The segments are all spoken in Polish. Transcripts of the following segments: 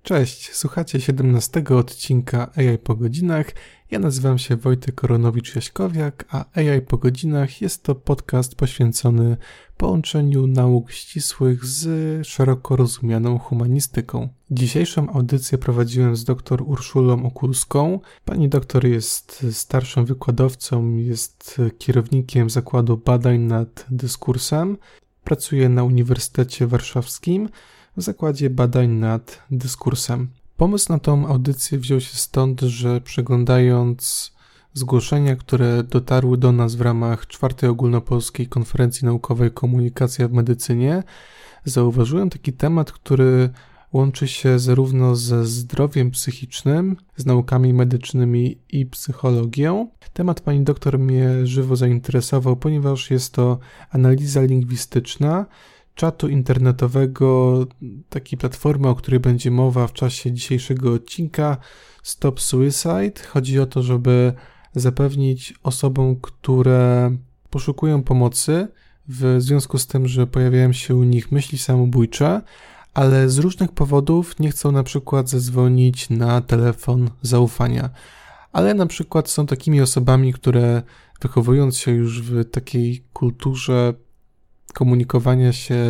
Cześć, słuchacie 17 odcinka AI po godzinach. Ja nazywam się Wojtek Koronowicz-Jaśkowiak, a AI po godzinach jest to podcast poświęcony połączeniu nauk ścisłych z szeroko rozumianą humanistyką. Dzisiejszą audycję prowadziłem z dr Urszulą Okulską. Pani doktor jest starszym wykładowcą, jest kierownikiem Zakładu Badań nad Dyskursem, pracuje na Uniwersytecie Warszawskim w Zakładzie Badań nad Dyskursem. Pomysł na tą audycję wziął się stąd, że przeglądając zgłoszenia, które dotarły do nas w ramach 4. Ogólnopolskiej Konferencji Naukowej Komunikacja w Medycynie, zauważyłem taki temat, który łączy się zarówno ze zdrowiem psychicznym, z naukami medycznymi i psychologią. Temat pani doktor mnie żywo zainteresował, ponieważ jest to analiza lingwistyczna czatu internetowego, takiej platformy, o której będzie mowa w czasie dzisiejszego odcinka, Stop Suicide. Chodzi o to, żeby zapewnić osobom, które poszukują pomocy w związku z tym, że pojawiają się u nich myśli samobójcze, ale z różnych powodów nie chcą na przykład zadzwonić na telefon zaufania. Ale na przykład są takimi osobami, które wychowując się już w takiej kulturze komunikowania się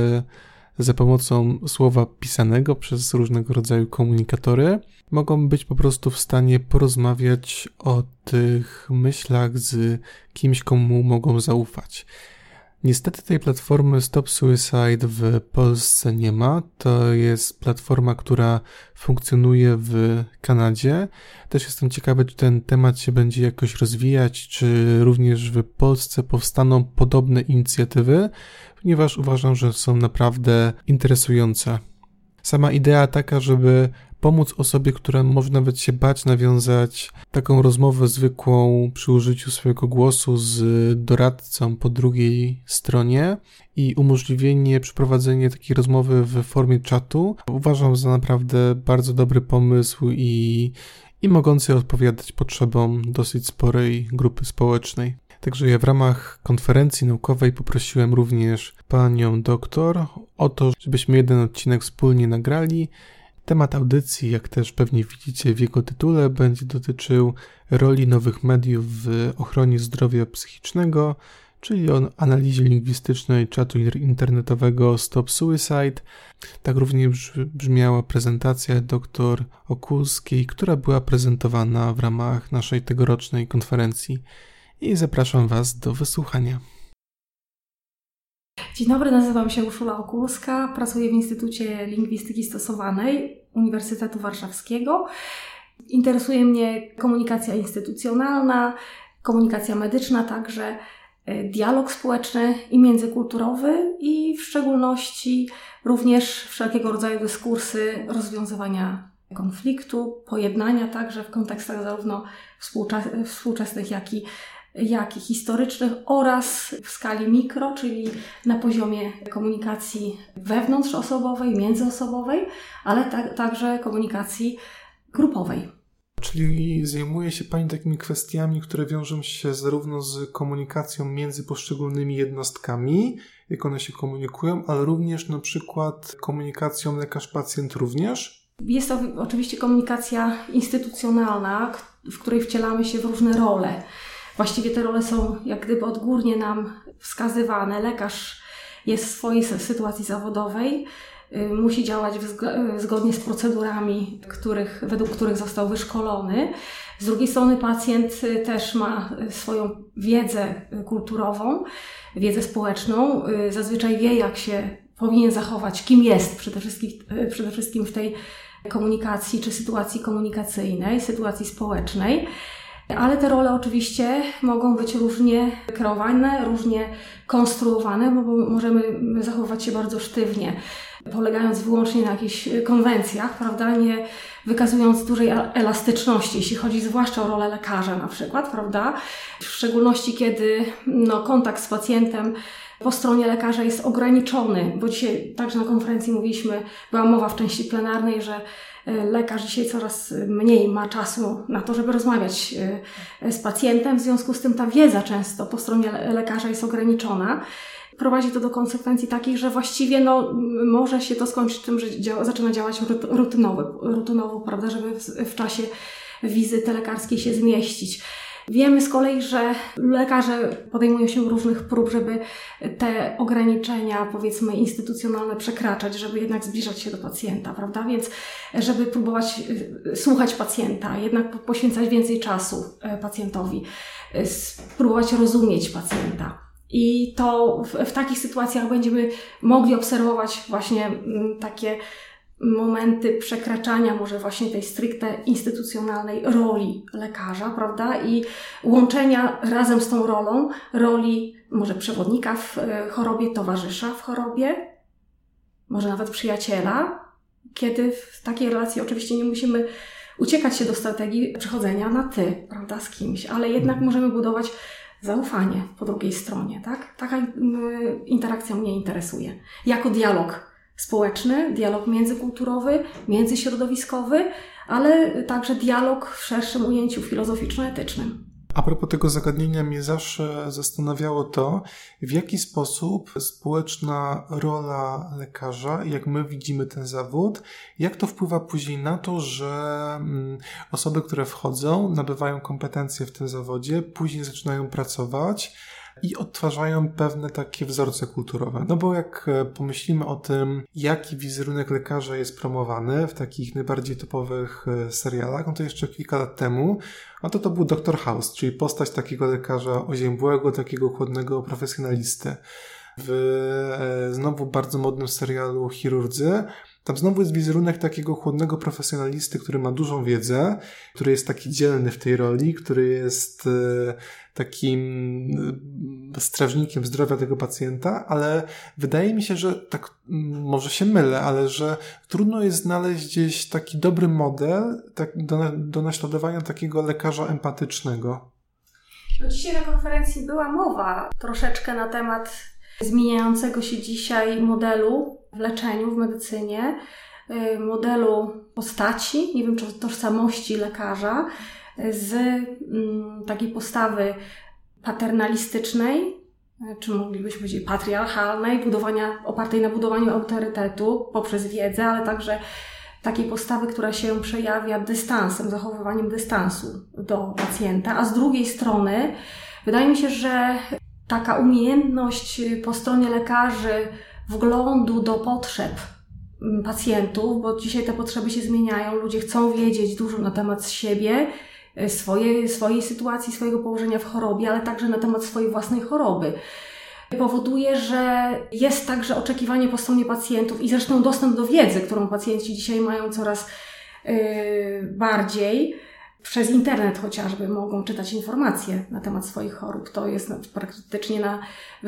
za pomocą słowa pisanego przez różnego rodzaju komunikatory, mogą być po prostu w stanie porozmawiać o tych myślach z kimś, komu mogą zaufać. Niestety tej platformy Stop Suicide w Polsce nie ma. To jest platforma, która funkcjonuje w Kanadzie. Też jestem ciekawy, czy ten temat się będzie jakoś rozwijać, czy również w Polsce powstaną podobne inicjatywy, ponieważ uważam, że są naprawdę interesujące. Sama idea taka, żeby pomóc osobie, która może nawet się bać nawiązać taką rozmowę zwykłą przy użyciu swojego głosu z doradcą po drugiej stronie i umożliwienie przeprowadzenia takiej rozmowy w formie czatu, uważam za naprawdę bardzo dobry pomysł i mogący odpowiadać potrzebom dosyć sporej grupy społecznej. Także ja w ramach konferencji naukowej poprosiłem również panią doktor o to, żebyśmy jeden odcinek wspólnie nagrali. Temat audycji, jak też pewnie widzicie w jego tytule, będzie dotyczył roli nowych mediów w ochronie zdrowia psychicznego, czyli o analizie lingwistycznej czatu internetowego Stop Suicide. Tak również brzmiała prezentacja dr Okulskiej, która była prezentowana w ramach naszej tegorocznej konferencji. I zapraszam Was do wysłuchania. Dzień dobry, nazywam się Urszula Okulska, pracuję w Instytucie Lingwistyki Stosowanej Uniwersytetu Warszawskiego. Interesuje mnie komunikacja instytucjonalna, komunikacja medyczna, także dialog społeczny i międzykulturowy i w szczególności również wszelkiego rodzaju dyskursy rozwiązywania konfliktu, pojednania także w kontekstach zarówno współczesnych, jak i historycznych oraz w skali mikro, czyli na poziomie komunikacji wewnątrzosobowej, międzyosobowej, ale także komunikacji grupowej. Czyli zajmuje się Pani takimi kwestiami, które wiążą się zarówno z komunikacją między poszczególnymi jednostkami, jak one się komunikują, ale również na przykład komunikacją lekarz-pacjent również? Jest to oczywiście komunikacja instytucjonalna, w której wcielamy się w różne role. Właściwie te role są jak gdyby odgórnie nam wskazywane. Lekarz jest w swojej sytuacji zawodowej, musi działać zgodnie z procedurami, według których został wyszkolony. Z drugiej strony pacjent też ma swoją wiedzę kulturową, wiedzę społeczną. Zazwyczaj wie, jak się powinien zachować, kim jest przede wszystkim w tej komunikacji czy sytuacji komunikacyjnej, sytuacji społecznej. Ale te role oczywiście mogą być różnie kreowane, różnie konstruowane, bo możemy zachowywać się bardzo sztywnie, polegając wyłącznie na jakichś konwencjach, prawda, nie wykazując dużej elastyczności, jeśli chodzi zwłaszcza o rolę lekarza na przykład, prawda, w szczególności kiedy kontakt z pacjentem po stronie lekarza jest ograniczony, bo dzisiaj także na konferencji była mowa w części plenarnej, że lekarz dzisiaj coraz mniej ma czasu na to, żeby rozmawiać z pacjentem, w związku z tym ta wiedza często po stronie lekarza jest ograniczona. prowadzi to do konsekwencji takich, że właściwie może się to skończyć tym, że zaczyna działać rutynowo, prawda, żeby w czasie wizyty lekarskiej się zmieścić. Wiemy z kolei, że lekarze podejmują się różnych prób, żeby te ograniczenia, powiedzmy, instytucjonalne przekraczać, żeby jednak zbliżać się do pacjenta, prawda? Więc żeby próbować słuchać pacjenta, jednak poświęcać więcej czasu pacjentowi, spróbować rozumieć pacjenta. I to w takich sytuacjach będziemy mogli obserwować właśnie takie momenty przekraczania może właśnie tej stricte instytucjonalnej roli lekarza, prawda? I łączenia razem z tą rolą roli może przewodnika w chorobie, towarzysza w chorobie, może nawet przyjaciela, kiedy w takiej relacji oczywiście nie musimy uciekać się do strategii przechodzenia na ty, prawda, z kimś, ale jednak możemy budować zaufanie po drugiej stronie, tak? Taka interakcja mnie interesuje. Jako dialog społeczny, dialog międzykulturowy, międzyśrodowiskowy, ale także dialog w szerszym ujęciu filozoficzno-etycznym. A propos tego zagadnienia mnie zawsze zastanawiało to, w jaki sposób społeczna rola lekarza, jak my widzimy ten zawód, jak to wpływa później na to, że osoby, które wchodzą, nabywają kompetencje w tym zawodzie, później zaczynają pracować i odtwarzają pewne takie wzorce kulturowe. No bo jak pomyślimy o tym, jaki wizerunek lekarza jest promowany w takich najbardziej topowych serialach, no to jeszcze kilka lat temu, no to był Dr. House, czyli postać takiego lekarza oziębłego, takiego chłodnego profesjonalisty. W znowu bardzo modnym serialu Chirurdzy, tam znowu jest wizerunek takiego chłodnego profesjonalisty, który ma dużą wiedzę, który jest taki dzielny w tej roli, który jest takim strażnikiem zdrowia tego pacjenta, ale wydaje mi się, że tak, może się mylę, ale że trudno jest znaleźć gdzieś taki dobry model do naśladowania takiego lekarza empatycznego. Dzisiaj na konferencji była mowa troszeczkę na temat zmieniającego się dzisiaj modelu w leczeniu, w medycynie, modelu postaci, nie wiem czy tożsamości lekarza, z takiej postawy paternalistycznej, czy moglibyśmy powiedzieć patriarchalnej, opartej na budowaniu autorytetu poprzez wiedzę, ale także takiej postawy, która się przejawia dystansem, zachowywaniem dystansu do pacjenta, a z drugiej strony wydaje mi się, że taka umiejętność po stronie lekarzy wglądu do potrzeb pacjentów, bo dzisiaj te potrzeby się zmieniają, ludzie chcą wiedzieć dużo na temat siebie, swojej sytuacji, swojego położenia w chorobie, ale także na temat swojej własnej choroby. Powoduje, że jest także oczekiwanie po stronie pacjentów i zresztą dostęp do wiedzy, którą pacjenci dzisiaj mają coraz bardziej. Przez internet chociażby mogą czytać informacje na temat swoich chorób. To jest praktycznie na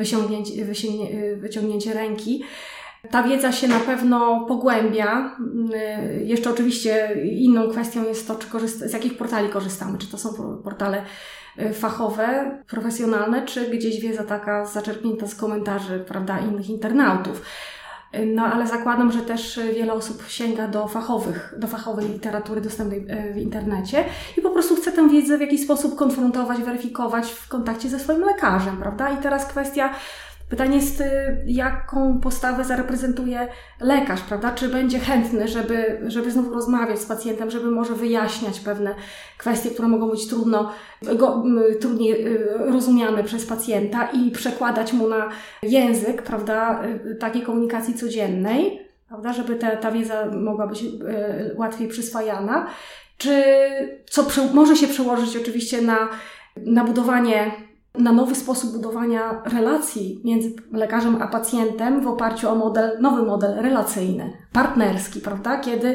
wyciągnięcie ręki. Ta wiedza się na pewno pogłębia. Jeszcze oczywiście inną kwestią jest to, z jakich portali korzystamy. Czy to są portale fachowe, profesjonalne, czy gdzieś wiedza taka zaczerpnięta z komentarzy, prawda, innych internautów. No ale zakładam, że też wiele osób sięga do fachowej literatury dostępnej w internecie i po prostu chce tę wiedzę w jakiś sposób konfrontować, weryfikować w kontakcie ze swoim lekarzem, prawda? I teraz pytanie jest, jaką postawę zareprezentuje lekarz, prawda? Czy będzie chętny, żeby znowu rozmawiać z pacjentem, żeby może wyjaśniać pewne kwestie, które mogą być trudniej rozumiane przez pacjenta i przekładać mu na język, prawda, takiej komunikacji codziennej, prawda, żeby ta wiedza mogła być łatwiej przyswajana, czy co może się przełożyć oczywiście na budowanie, na nowy sposób budowania relacji między lekarzem a pacjentem w oparciu o nowy model relacyjny, partnerski, prawda?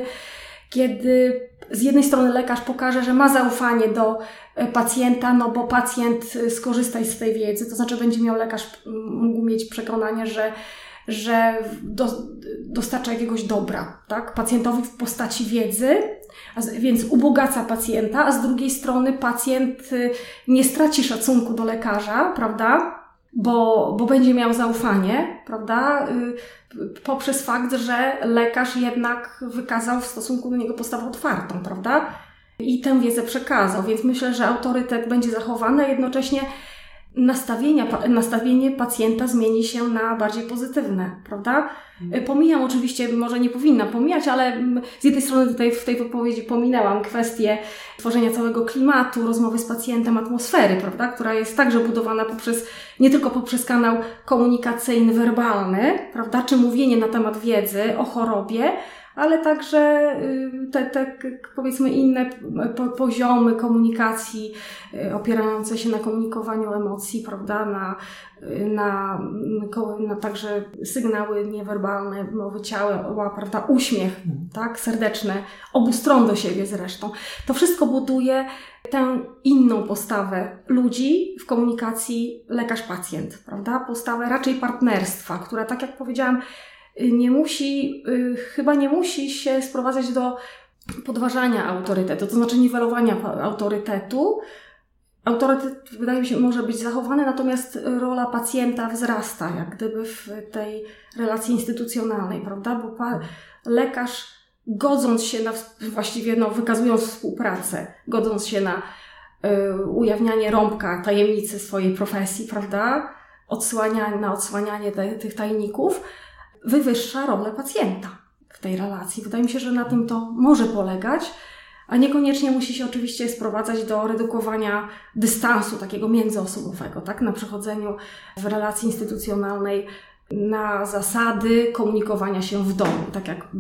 Kiedy z jednej strony lekarz pokaże, że ma zaufanie do pacjenta, no bo pacjent skorzysta z tej wiedzy, to znaczy lekarz mógł mieć przekonanie, że dostarcza jakiegoś dobra, tak? Pacjentowi w postaci wiedzy, więc ubogaca pacjenta, a z drugiej strony pacjent nie straci szacunku do lekarza, prawda? Bo będzie miał zaufanie, prawda? Poprzez fakt, że lekarz jednak wykazał w stosunku do niego postawę otwartą, prawda? I tę wiedzę przekazał, więc myślę, że autorytet będzie zachowany, a jednocześnie nastawienie pacjenta zmieni się na bardziej pozytywne, prawda? Pomijam oczywiście, może nie powinnam pomijać, ale z jednej strony tutaj w tej wypowiedzi pominęłam kwestię tworzenia całego klimatu, rozmowy z pacjentem, atmosfery, prawda? Która jest także budowana nie tylko poprzez kanał komunikacyjny, werbalny, prawda? Czy mówienie na temat wiedzy o chorobie, ale także te powiedzmy inne poziomy komunikacji opierające się na komunikowaniu emocji, prawda, na także sygnały niewerbalne, mowy ciała, prawda, uśmiech, tak, serdeczny, obu stron do siebie zresztą. To wszystko buduje tę inną postawę ludzi w komunikacji lekarz-pacjent, prawda, postawę raczej partnerstwa, która, tak jak powiedziałam, chyba nie musi się sprowadzać do podważania autorytetu, to znaczy niwelowania autorytetu. Autorytet, wydaje mi się, może być zachowany, natomiast rola pacjenta wzrasta, jak gdyby w tej relacji instytucjonalnej, prawda? Bo lekarz, godząc się wykazując współpracę, godząc się na ujawnianie rąbka tajemnicy swojej profesji, prawda? Odsłanianie tych tajników, wywyższa rolę pacjenta w tej relacji. Wydaje mi się, że na tym to może polegać, a niekoniecznie musi się oczywiście sprowadzać do redukowania dystansu takiego międzyosobowego, tak? Na przechodzeniu w relacji instytucjonalnej na zasady komunikowania się w domu, tak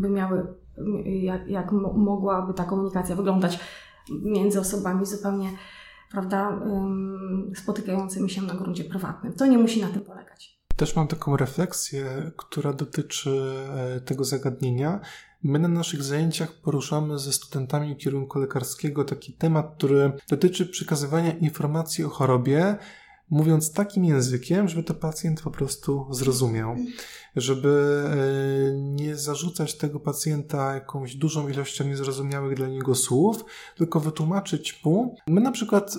jak mogłaby ta komunikacja wyglądać między osobami zupełnie, prawda, spotykającymi się na gruncie prywatnym. To nie musi na tym polegać. Też mam taką refleksję, która dotyczy tego zagadnienia. My na naszych zajęciach poruszamy ze studentami kierunku lekarskiego taki temat, który dotyczy przekazywania informacji o chorobie, mówiąc takim językiem, żeby to pacjent po prostu zrozumiał. Żeby nie zarzucać tego pacjenta jakąś dużą ilością niezrozumiałych dla niego słów, tylko wytłumaczyć mu. My na przykład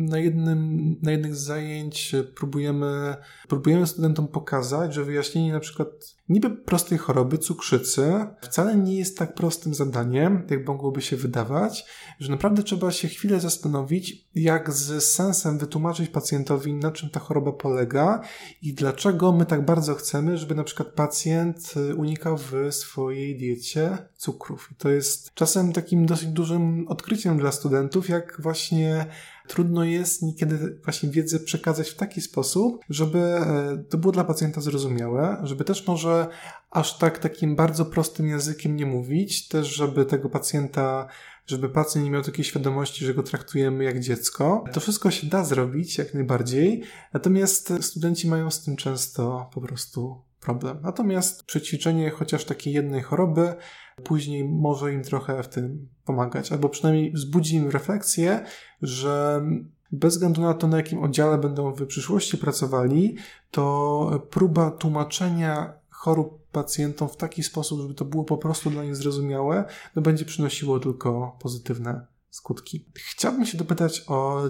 na jednych z zajęć próbujemy studentom pokazać, że wyjaśnienie na przykład niby prostej choroby, cukrzycy, wcale nie jest tak prostym zadaniem, jak mogłoby się wydawać, że naprawdę trzeba się chwilę zastanowić, jak z sensem wytłumaczyć pacjentowi, na czym ta choroba polega i dlaczego my tak bardzo chcemy, żeby na przykład pacjent unikał w swojej diecie cukrów. I to jest czasem takim dosyć dużym odkryciem dla studentów, jak właśnie trudno jest niekiedy właśnie wiedzę przekazać w taki sposób, żeby to było dla pacjenta zrozumiałe, żeby też może aż takim bardzo prostym językiem nie mówić, też żeby pacjent nie miał takiej świadomości, że go traktujemy jak dziecko. To wszystko się da zrobić jak najbardziej, natomiast studenci mają z tym często po prostu problem. Natomiast przećwiczenie chociaż takiej jednej choroby później może im trochę w tym pomagać, albo przynajmniej wzbudzi im refleksję, że bez względu na to, na jakim oddziale będą w przyszłości pracowali, to próba tłumaczenia chorób pacjentom w taki sposób, żeby to było po prostu dla nich zrozumiałe, będzie przynosiło tylko pozytywne skutki. Chciałbym się dopytać o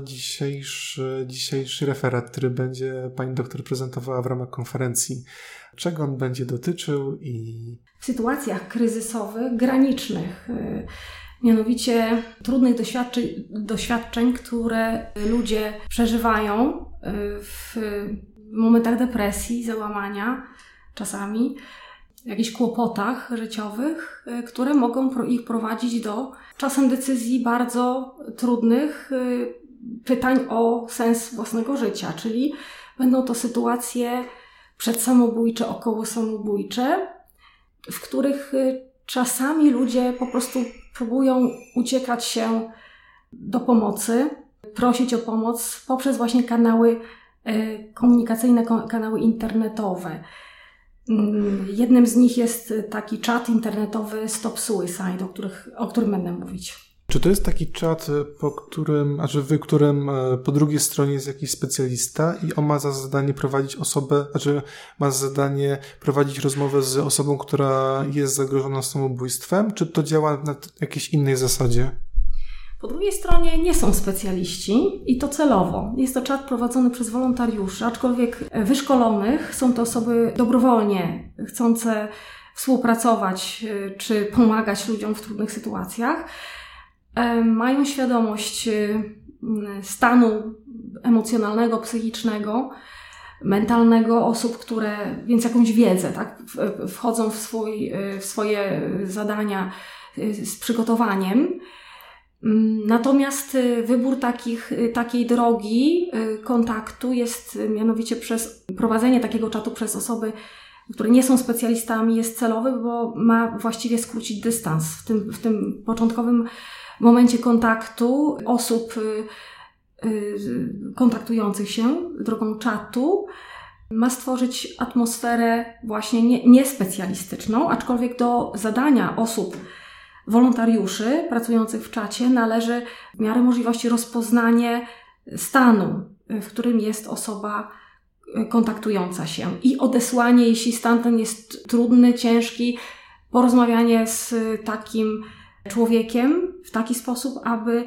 dzisiejszy referat, który będzie pani doktor prezentowała w ramach konferencji. Czego on będzie dotyczył i... W sytuacjach kryzysowych, granicznych, mianowicie trudnych doświadczeń, które ludzie przeżywają w momentach depresji, załamania czasami, jakichś kłopotach życiowych, które mogą ich prowadzić do czasem decyzji bardzo trudnych, pytań o sens własnego życia, czyli będą to sytuacje przedsamobójcze, okołosamobójcze, w których czasami ludzie po prostu próbują uciekać się do pomocy, prosić o pomoc poprzez właśnie kanały komunikacyjne, kanały internetowe. Jednym z nich jest taki czat internetowy Stop Suicide, o którym będę mówić. Czy to jest taki czat, w którym po drugiej stronie jest jakiś specjalista i on ma za zadanie prowadzić rozmowę z osobą, która jest zagrożona samobójstwem, czy to działa na jakiejś innej zasadzie? Po drugiej stronie nie są specjaliści i to celowo. Jest to czat prowadzony przez wolontariuszy, aczkolwiek wyszkolonych. Są to osoby dobrowolnie chcące współpracować czy pomagać ludziom w trudnych sytuacjach. Mają świadomość stanu emocjonalnego, psychicznego, mentalnego osób, które, więc jakąś wiedzę, tak, wchodzą w swoje zadania z przygotowaniem. Natomiast wybór takiej drogi kontaktu jest mianowicie przez prowadzenie takiego czatu przez osoby, które nie są specjalistami, jest celowy, bo ma właściwie skrócić dystans. W tym początkowym momencie kontaktu osób kontaktujących się drogą czatu ma stworzyć atmosferę właśnie niespecjalistyczną, aczkolwiek do zadania osób, wolontariuszy pracujących w czacie należy w miarę możliwości rozpoznanie stanu, w którym jest osoba kontaktująca się i odesłanie, jeśli stan ten jest trudny, ciężki, porozmawianie z takim człowiekiem w taki sposób, aby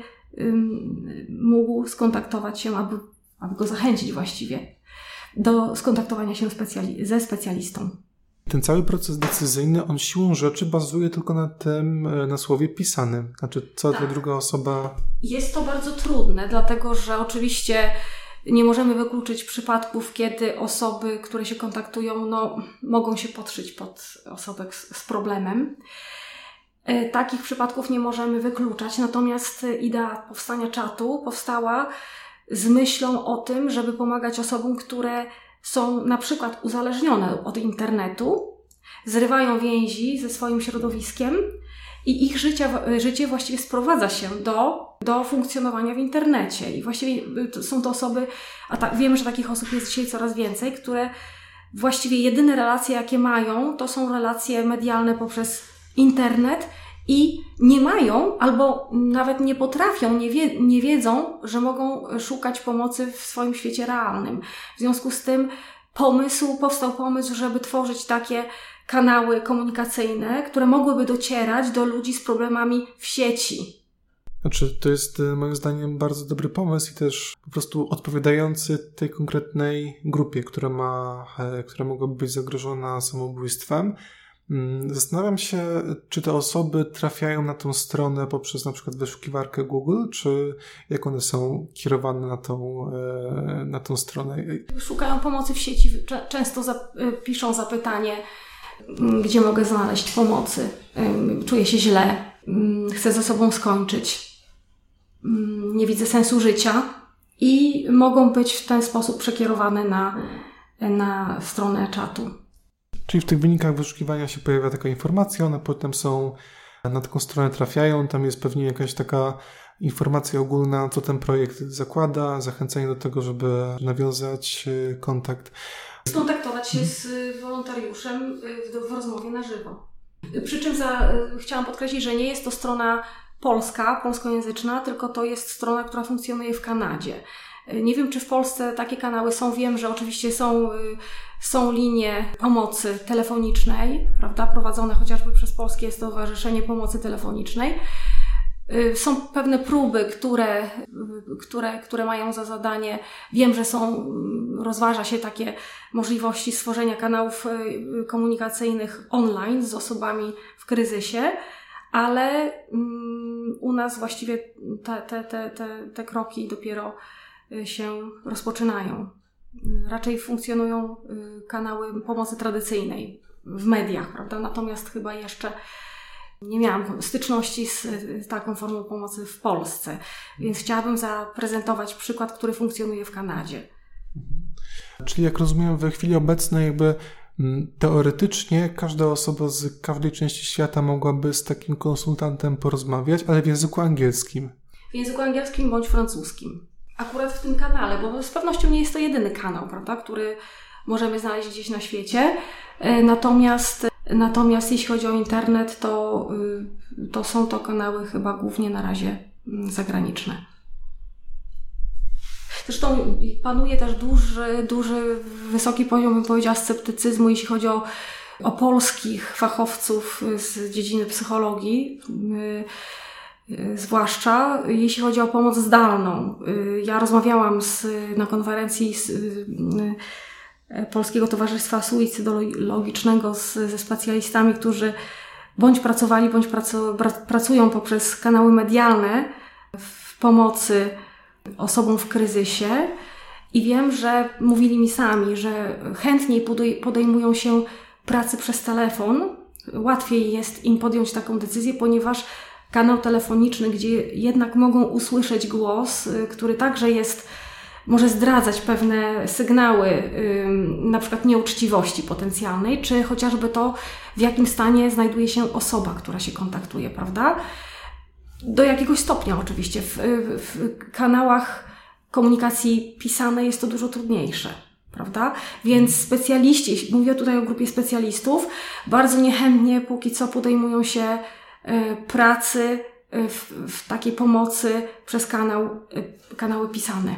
mógł skontaktować się, aby go zachęcić właściwie do skontaktowania się ze specjalistą. Ten cały proces decyzyjny, on siłą rzeczy bazuje tylko na słowie pisanym. Znaczy, co ta druga osoba... Jest to bardzo trudne, dlatego że oczywiście nie możemy wykluczyć przypadków, kiedy osoby, które się kontaktują, mogą się podszyć pod osobę z problemem. Takich przypadków nie możemy wykluczać, natomiast idea powstania czatu powstała z myślą o tym, żeby pomagać osobom, które są na przykład uzależnione od internetu, zrywają więzi ze swoim środowiskiem i ich życie właściwie sprowadza się do funkcjonowania w internecie. I właściwie są to osoby, wiemy, że takich osób jest dzisiaj coraz więcej, które właściwie jedyne relacje, jakie mają, to są relacje medialne poprzez internet i nie mają, albo nawet nie potrafią, nie wiedzą, że mogą szukać pomocy w swoim świecie realnym. W związku z tym powstał pomysł, żeby tworzyć takie kanały komunikacyjne, które mogłyby docierać do ludzi z problemami w sieci. Znaczy, to jest moim zdaniem bardzo dobry pomysł i też po prostu odpowiadający tej konkretnej grupie, która mogłaby być zagrożona samobójstwem. Zastanawiam się, czy te osoby trafiają na tą stronę poprzez na przykład wyszukiwarkę Google, czy jak one są kierowane na tą stronę? Szukają pomocy w sieci, często piszą zapytanie, gdzie mogę znaleźć pomocy, czuję się źle, chcę ze sobą skończyć, nie widzę sensu życia i mogą być w ten sposób przekierowane na stronę czatu. Czyli w tych wynikach wyszukiwania się pojawia taka informacja, one potem na taką stronę trafiają, tam jest pewnie jakaś taka informacja ogólna, co ten projekt zakłada, zachęcenie do tego, żeby nawiązać kontakt. Skontaktować się z wolontariuszem w rozmowie na żywo. Przy czym chciałam podkreślić, że nie jest to strona polskojęzyczna, tylko to jest strona, która funkcjonuje w Kanadzie. Nie wiem, czy w Polsce takie kanały są. Wiem, że oczywiście są linie pomocy telefonicznej, prawda, prowadzone chociażby przez Polskie Stowarzyszenie Pomocy Telefonicznej. Są pewne próby, które mają za zadanie, wiem, że rozważa się takie możliwości stworzenia kanałów komunikacyjnych online z osobami w kryzysie, ale u nas właściwie te kroki dopiero się rozpoczynają. Raczej funkcjonują kanały pomocy tradycyjnej w mediach, prawda? Natomiast chyba jeszcze nie miałam styczności z taką formą pomocy w Polsce, więc chciałabym zaprezentować przykład, który funkcjonuje w Kanadzie. Czyli jak rozumiem, we chwili obecnej jakby teoretycznie każda osoba z każdej części świata mogłaby z takim konsultantem porozmawiać, ale w języku angielskim. W języku angielskim bądź francuskim. Akurat w tym kanale, bo z pewnością nie jest to jedyny kanał, prawda, który możemy znaleźć gdzieś na świecie. Natomiast jeśli chodzi o internet, to są to kanały chyba głównie na razie zagraniczne. Zresztą panuje też duży, wysoki poziom, bym powiedziała, sceptycyzmu, jeśli chodzi o polskich fachowców z dziedziny psychologii, zwłaszcza jeśli chodzi o pomoc zdalną. Ja rozmawiałam na konferencji Polskiego Towarzystwa Suicydologicznego ze specjalistami, którzy bądź pracowali, bądź pracują poprzez kanały medialne w pomocy osobom w kryzysie i wiem, że mówili mi sami, że chętniej podejmują się pracy przez telefon. Łatwiej jest im podjąć taką decyzję, ponieważ kanał telefoniczny, gdzie jednak mogą usłyszeć głos, który także może zdradzać pewne sygnały, na przykład nieuczciwości potencjalnej, czy chociażby to, w jakim stanie znajduje się osoba, która się kontaktuje, prawda? Do jakiegoś stopnia oczywiście. W kanałach komunikacji pisanej jest to dużo trudniejsze, prawda? Więc specjaliści, mówię tutaj o grupie specjalistów, bardzo niechętnie póki co podejmują się pracy w takiej pomocy przez kanały pisane.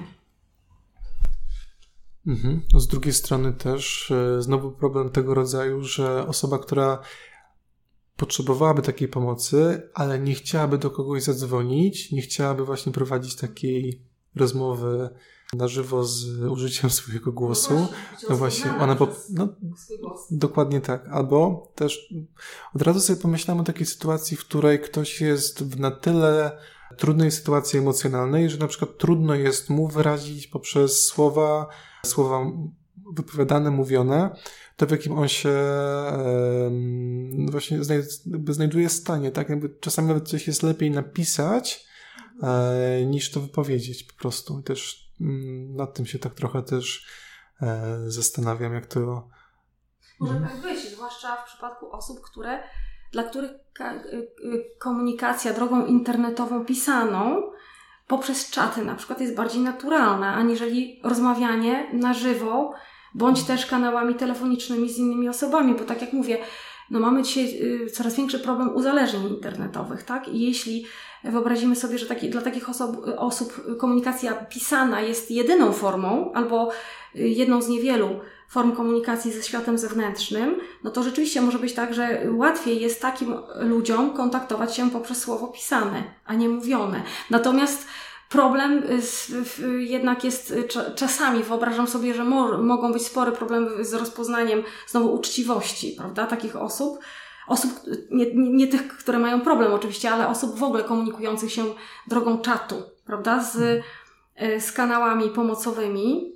Z drugiej strony też znowu problem tego rodzaju, że osoba, która potrzebowałaby takiej pomocy, ale nie chciałaby do kogoś zadzwonić, nie chciałaby właśnie prowadzić takiej rozmowy na żywo z użyciem swojego głosu. No właśnie, dokładnie tak. Albo też od razu sobie pomyślałem o takiej sytuacji, w której ktoś jest w na tyle trudnej sytuacji emocjonalnej, że na przykład trudno jest mu wyrazić poprzez słowa wypowiadane, mówione, to w jakim on się właśnie znajduje stanie, tak? Jakby czasami nawet coś jest lepiej napisać, niż to wypowiedzieć po prostu. I też nad tym się tak trochę też zastanawiam, jak to... Może tak być, zwłaszcza w przypadku osób, dla których komunikacja drogą internetową pisaną poprzez czaty na przykład jest bardziej naturalna, aniżeli rozmawianie na żywo, bądź też kanałami telefonicznymi z innymi osobami, bo tak jak mówię, mamy dzisiaj coraz większy problem uzależnień internetowych, tak? I jeśli wyobrazimy sobie, że dla takich osób komunikacja pisana jest jedyną formą, albo jedną z niewielu form komunikacji ze światem zewnętrznym, no to rzeczywiście może być tak, że łatwiej jest takim ludziom kontaktować się poprzez słowo pisane, a nie mówione. Natomiast problem jednak jest czasami, wyobrażam sobie, że mogą być spore problemy z rozpoznaniem znowu uczciwości, prawda, takich osób, nie tych, które mają problem oczywiście, ale osób w ogóle komunikujących się drogą czatu, prawda, z kanałami pomocowymi.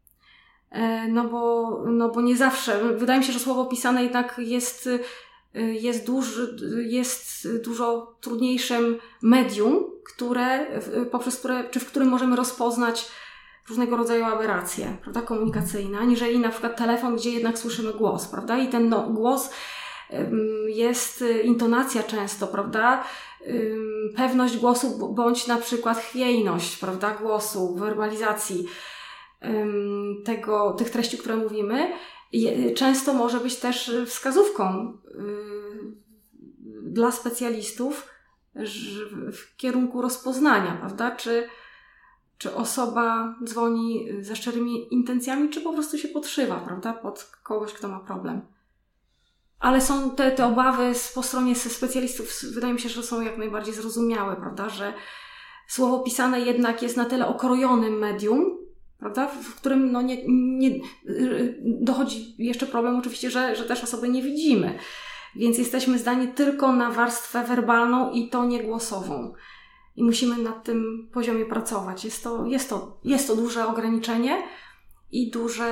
No bo nie zawsze, wydaje mi się, że słowo pisane jednak jest dużo trudniejszym medium, w którym możemy rozpoznać różnego rodzaju aberracje, prawda, komunikacyjne, aniżeli na przykład telefon, gdzie jednak słyszymy głos, prawda, i ten głos jest intonacja często, prawda, pewność głosu, bądź na przykład chwiejność, prawda, głosu, werbalizacji tych treści, które mówimy, często może być też wskazówką dla specjalistów w kierunku rozpoznania, prawda? Czy osoba dzwoni ze szczerymi intencjami, czy po prostu się podszywa, prawda? Pod kogoś, kto ma problem. Ale są te obawy po stronie specjalistów, wydaje mi się, że są jak najbardziej zrozumiałe, prawda? Że słowo pisane jednak jest na tyle okrojonym medium, prawda? W którym nie dochodzi jeszcze problem oczywiście, że też osoby nie widzimy. Więc jesteśmy zdani tylko na warstwę werbalną i to niegłosową. I musimy na tym poziomie pracować. Jest to duże ograniczenie i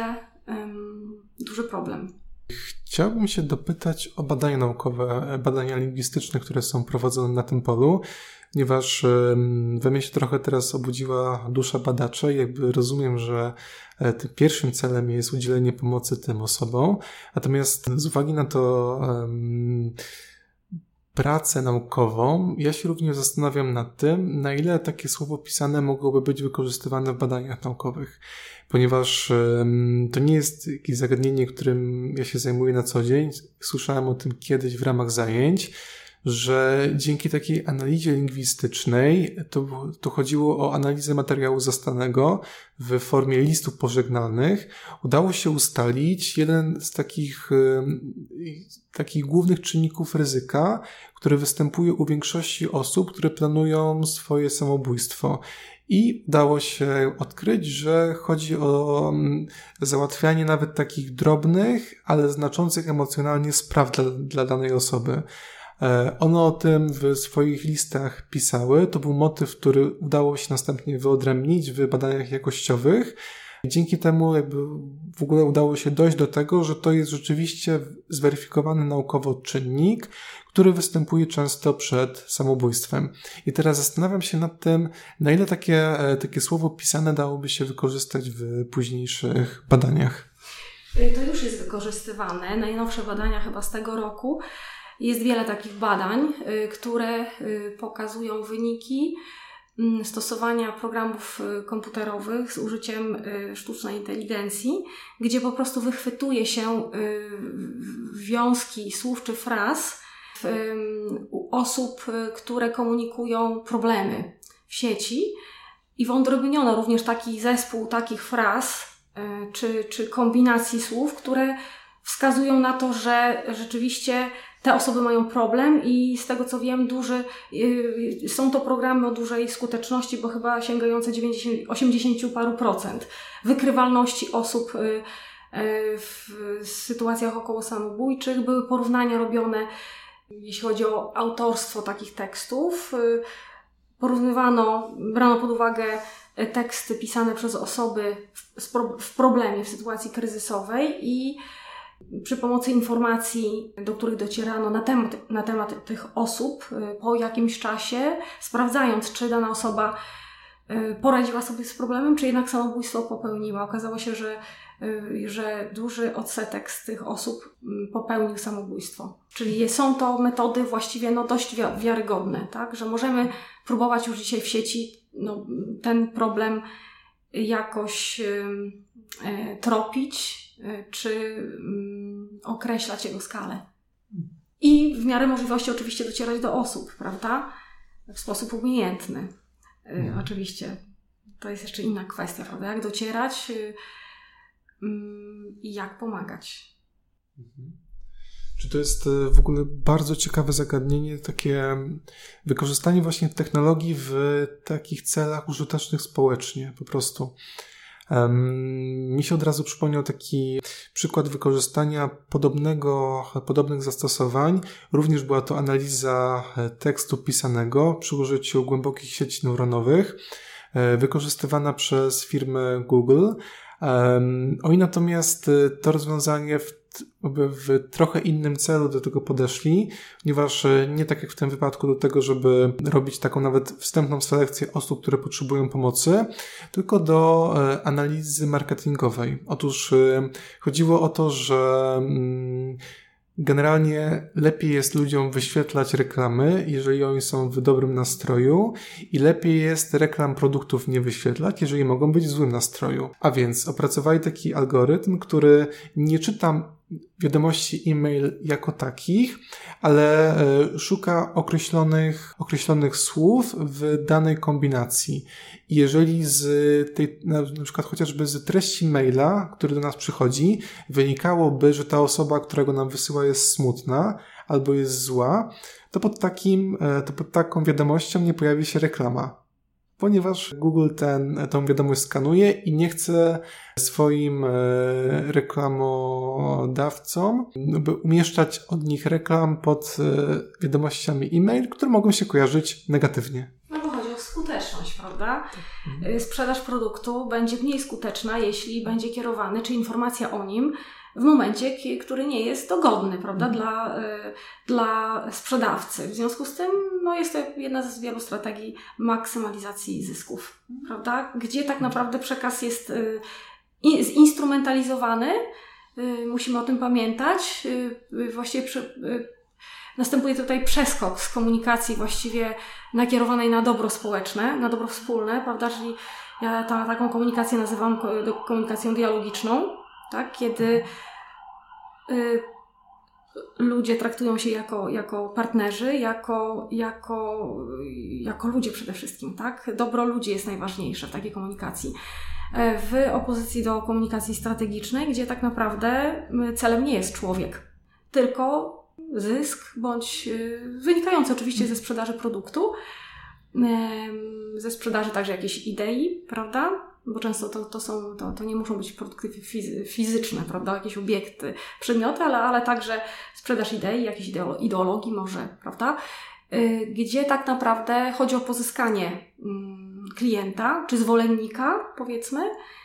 duży problem. Chciałbym się dopytać o badania naukowe, badania lingwistyczne, które są prowadzone na tym polu, ponieważ we mnie się trochę teraz obudziła dusza badacza i jakby rozumiem, że tym pierwszym celem jest udzielenie pomocy tym osobom, natomiast z uwagi na to pracę naukową, ja się również zastanawiam nad tym, na ile takie słowo pisane mogłoby być wykorzystywane w badaniach naukowych, ponieważ to nie jest jakieś zagadnienie, którym ja się zajmuję na co dzień. Słyszałem o tym kiedyś w ramach zajęć, że dzięki takiej analizie lingwistycznej, to chodziło o analizę materiału zastanego w formie listów pożegnalnych, udało się ustalić jeden z takich głównych czynników ryzyka, który występuje u większości osób, które planują swoje samobójstwo. I udało się odkryć, że chodzi o załatwianie nawet takich drobnych, ale znaczących emocjonalnie spraw dla danej osoby. One o tym w swoich listach pisały. To był motyw, który udało się następnie wyodrębnić w badaniach jakościowych. Dzięki temu w ogóle udało się dojść do tego, że to jest rzeczywiście zweryfikowany naukowo czynnik, który występuje często przed samobójstwem. I teraz zastanawiam się nad tym, na ile takie słowo pisane dałoby się wykorzystać w późniejszych badaniach. To już jest wykorzystywane. Najnowsze badania chyba z tego roku. Jest wiele takich badań, które pokazują wyniki stosowania programów komputerowych z użyciem sztucznej inteligencji, gdzie po prostu wychwytuje się wiązki słów czy fraz u osób, które komunikują problemy w sieci i wyodrębniono również taki zespół takich fraz czy kombinacji słów, które wskazują na to, że rzeczywiście te osoby mają problem i z tego co wiem, są to programy o dużej skuteczności, bo chyba sięgające 80 paru procent wykrywalności osób w sytuacjach około samobójczych. Były porównania robione, jeśli chodzi o autorstwo takich tekstów. Brano pod uwagę teksty pisane przez osoby w problemie, w sytuacji kryzysowej i przy pomocy informacji, do których docierano na temat tych osób po jakimś czasie, sprawdzając, czy dana osoba poradziła sobie z problemem, czy jednak samobójstwo popełniła. Okazało się, że duży odsetek z tych osób popełnił samobójstwo. Czyli są to metody właściwie dość wiarygodne, tak? Że możemy próbować już dzisiaj w sieci ten problem jakoś tropić, czy określać jego skalę. I w miarę możliwości oczywiście docierać do osób, prawda? W sposób umiejętny. Oczywiście. To jest jeszcze inna kwestia, prawda? Jak docierać i jak pomagać. Czy to jest w ogóle bardzo ciekawe zagadnienie, takie wykorzystanie właśnie technologii w takich celach użytecznych społecznie po prostu. Mi się od razu przypomniał taki przykład wykorzystania podobnych zastosowań. Również była to analiza tekstu pisanego przy użyciu głębokich sieci neuronowych, wykorzystywana przez firmę Google. Oni natomiast to rozwiązanie w trochę innym celu do tego podeszli, ponieważ nie tak jak w tym wypadku do tego, żeby robić taką nawet wstępną selekcję osób, które potrzebują pomocy, tylko do analizy marketingowej. Otóż chodziło o to, że generalnie lepiej jest ludziom wyświetlać reklamy, jeżeli oni są w dobrym nastroju i lepiej jest reklam produktów nie wyświetlać, jeżeli mogą być w złym nastroju. A więc opracowali taki algorytm, który nie czyta wiadomości e-mail jako takich, ale szuka określonych słów w danej kombinacji. I jeżeli na przykład chociażby z treści maila, który do nas przychodzi, wynikałoby, że ta osoba, która go nam wysyła, jest smutna albo jest zła, to pod taką wiadomością nie pojawi się reklama. Ponieważ Google tą wiadomość skanuje i nie chce swoim reklamodawcom umieszczać od nich reklam pod wiadomościami e-mail, które mogą się kojarzyć negatywnie. No bo chodzi o skuteczność, prawda? Sprzedaż produktu będzie mniej skuteczna, jeśli będzie kierowany, czy informacja o nim w momencie, który nie jest dogodny, prawda, dla sprzedawcy. W związku z tym jest to jedna z wielu strategii maksymalizacji zysków, prawda, gdzie tak naprawdę przekaz jest zinstrumentalizowany. Musimy o tym pamiętać. Właściwie następuje tutaj przeskok z komunikacji właściwie nakierowanej na dobro społeczne, na dobro wspólne, prawda, czyli ja taką komunikację nazywam komunikacją dialogiczną, tak, kiedy ludzie traktują się jako partnerzy, jako ludzie przede wszystkim, tak? Dobro ludzi jest najważniejsze w takiej komunikacji. W opozycji do komunikacji strategicznej, gdzie tak naprawdę celem nie jest człowiek, tylko zysk, bądź wynikający oczywiście ze sprzedaży produktu, ze sprzedaży także jakiejś idei, prawda? bo często to nie muszą być produkty fizyczne, prawda, jakieś obiekty, przedmioty, ale także sprzedaż idei, jakiejś ideologii może, prawda, gdzie tak naprawdę chodzi o pozyskanie klienta, czy zwolennika, powiedzmy,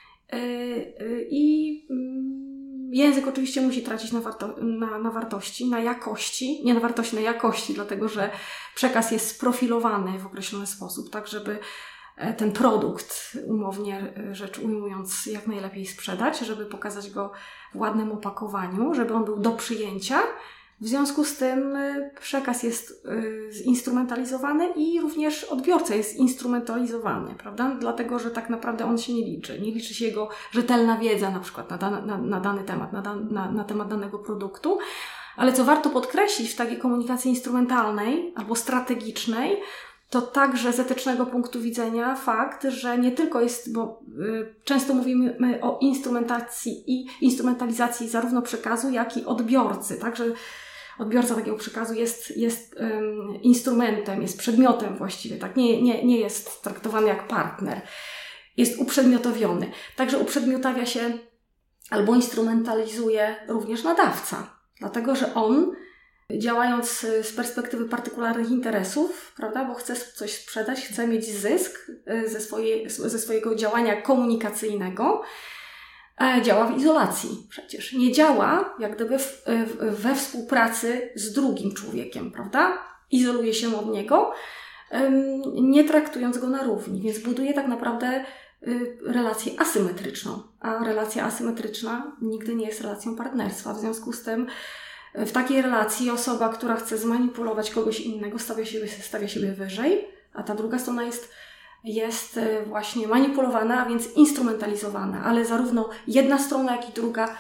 i język oczywiście musi tracić na wartości, na jakości, nie na wartości, na jakości, dlatego że przekaz jest sprofilowany w określony sposób, tak żeby ten produkt, umownie rzecz ujmując, jak najlepiej sprzedać, żeby pokazać go w ładnym opakowaniu, żeby on był do przyjęcia. W związku z tym przekaz jest zinstrumentalizowany i również odbiorca jest instrumentalizowany, prawda? Dlatego, że tak naprawdę on się nie liczy. Nie liczy się jego rzetelna wiedza na przykład na dany temat, na temat danego produktu. Ale co warto podkreślić w takiej komunikacji instrumentalnej albo strategicznej, to także z etycznego punktu widzenia fakt, że nie tylko jest, bo często mówimy o instrumentalizacji zarówno przekazu, jak i odbiorcy. Także odbiorca takiego przekazu jest instrumentem, jest przedmiotem właściwie, tak? Nie jest traktowany jak partner. Jest uprzedmiotowiony. Także uprzedmiotawia się albo instrumentalizuje również nadawca. Dlatego, że on, działając z perspektywy partykularnych interesów, prawda, bo chce coś sprzedać, chce mieć zysk ze swojego działania komunikacyjnego, działa w izolacji przecież. Nie działa jak gdyby we współpracy z drugim człowiekiem, prawda? Izoluje się od niego, nie traktując go na równi, więc buduje tak naprawdę relację asymetryczną. A relacja asymetryczna nigdy nie jest relacją partnerstwa. W związku z tym w takiej relacji osoba, która chce zmanipulować kogoś innego, stawia siebie wyżej, a ta druga strona jest właśnie manipulowana, a więc instrumentalizowana, ale zarówno jedna strona, jak i druga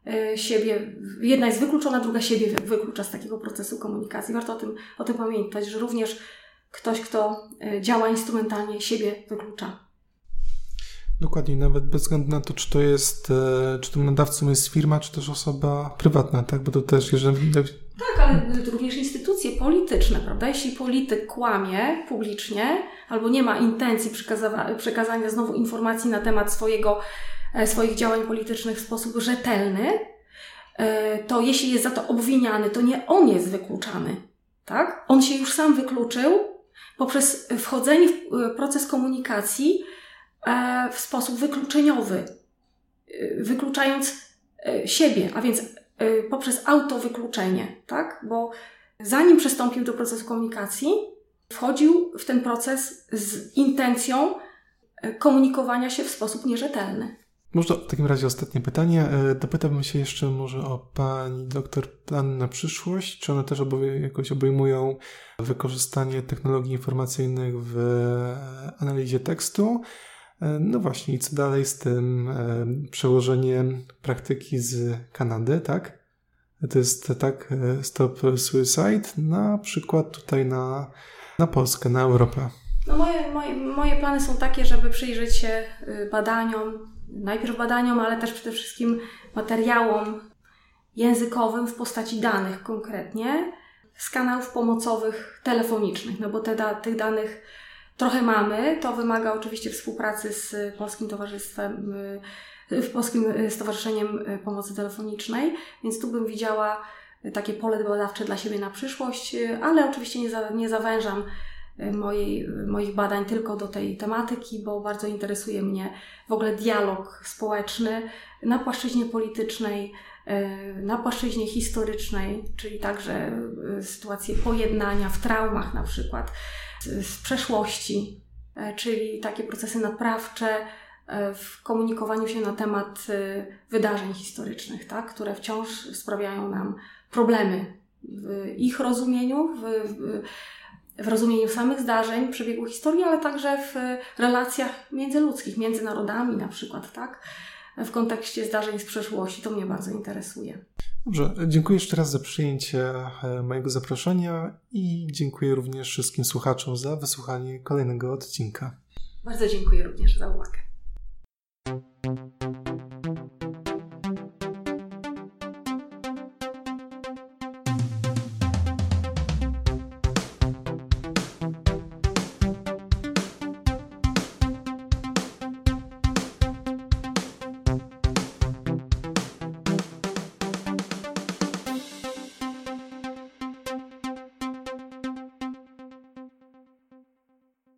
jedna jest wykluczona, druga siebie wyklucza z takiego procesu komunikacji. Warto o tym pamiętać, że również ktoś, kto działa instrumentalnie, siebie wyklucza. Dokładnie, nawet bez względu na to, czy tym nadawcą jest firma, czy też osoba prywatna, tak? Bo to też, jeżeli... Tak, ale również instytucje polityczne, prawda? Jeśli polityk kłamie publicznie albo nie ma intencji przekazania znowu informacji na temat swoich działań politycznych w sposób rzetelny, to jeśli jest za to obwiniany, to nie on jest wykluczany, tak? On się już sam wykluczył poprzez wchodzenie w proces komunikacji w sposób wykluczeniowy, wykluczając siebie, a więc poprzez autowykluczenie, tak? Bo zanim przystąpił do procesu komunikacji, wchodził w ten proces z intencją komunikowania się w sposób nierzetelny. Może w takim razie ostatnie pytanie. Dopytałbym się jeszcze może o pani doktor plany na przyszłość. Czy one też jakoś obejmują wykorzystanie technologii informacyjnych w analizie tekstu? No właśnie, i co dalej z tym przełożeniem praktyki z Kanady, tak? To jest tak Stop Suicide, na przykład tutaj na Polskę, na Europę. No moje plany są takie, żeby przyjrzeć się najpierw badaniom, ale też przede wszystkim materiałom językowym w postaci danych konkretnie, z kanałów pomocowych telefonicznych, no bo tych danych trochę mamy. To wymaga oczywiście współpracy z Polskim Stowarzyszeniem Pomocy Telefonicznej, więc tu bym widziała takie pole badawcze dla siebie na przyszłość, ale oczywiście nie zawężam moich badań tylko do tej tematyki, bo bardzo interesuje mnie w ogóle dialog społeczny na płaszczyźnie politycznej, na płaszczyźnie historycznej, czyli także sytuacje pojednania w traumach na przykład, z przeszłości, czyli takie procesy naprawcze w komunikowaniu się na temat wydarzeń historycznych, tak, które wciąż sprawiają nam problemy w ich rozumieniu, w rozumieniu samych zdarzeń, przebiegu historii, ale także w relacjach międzyludzkich, między narodami na przykład, tak? W kontekście zdarzeń z przeszłości. To mnie bardzo interesuje. Dobrze, dziękuję jeszcze raz za przyjęcie mojego zaproszenia i dziękuję również wszystkim słuchaczom za wysłuchanie kolejnego odcinka. Bardzo dziękuję również za uwagę.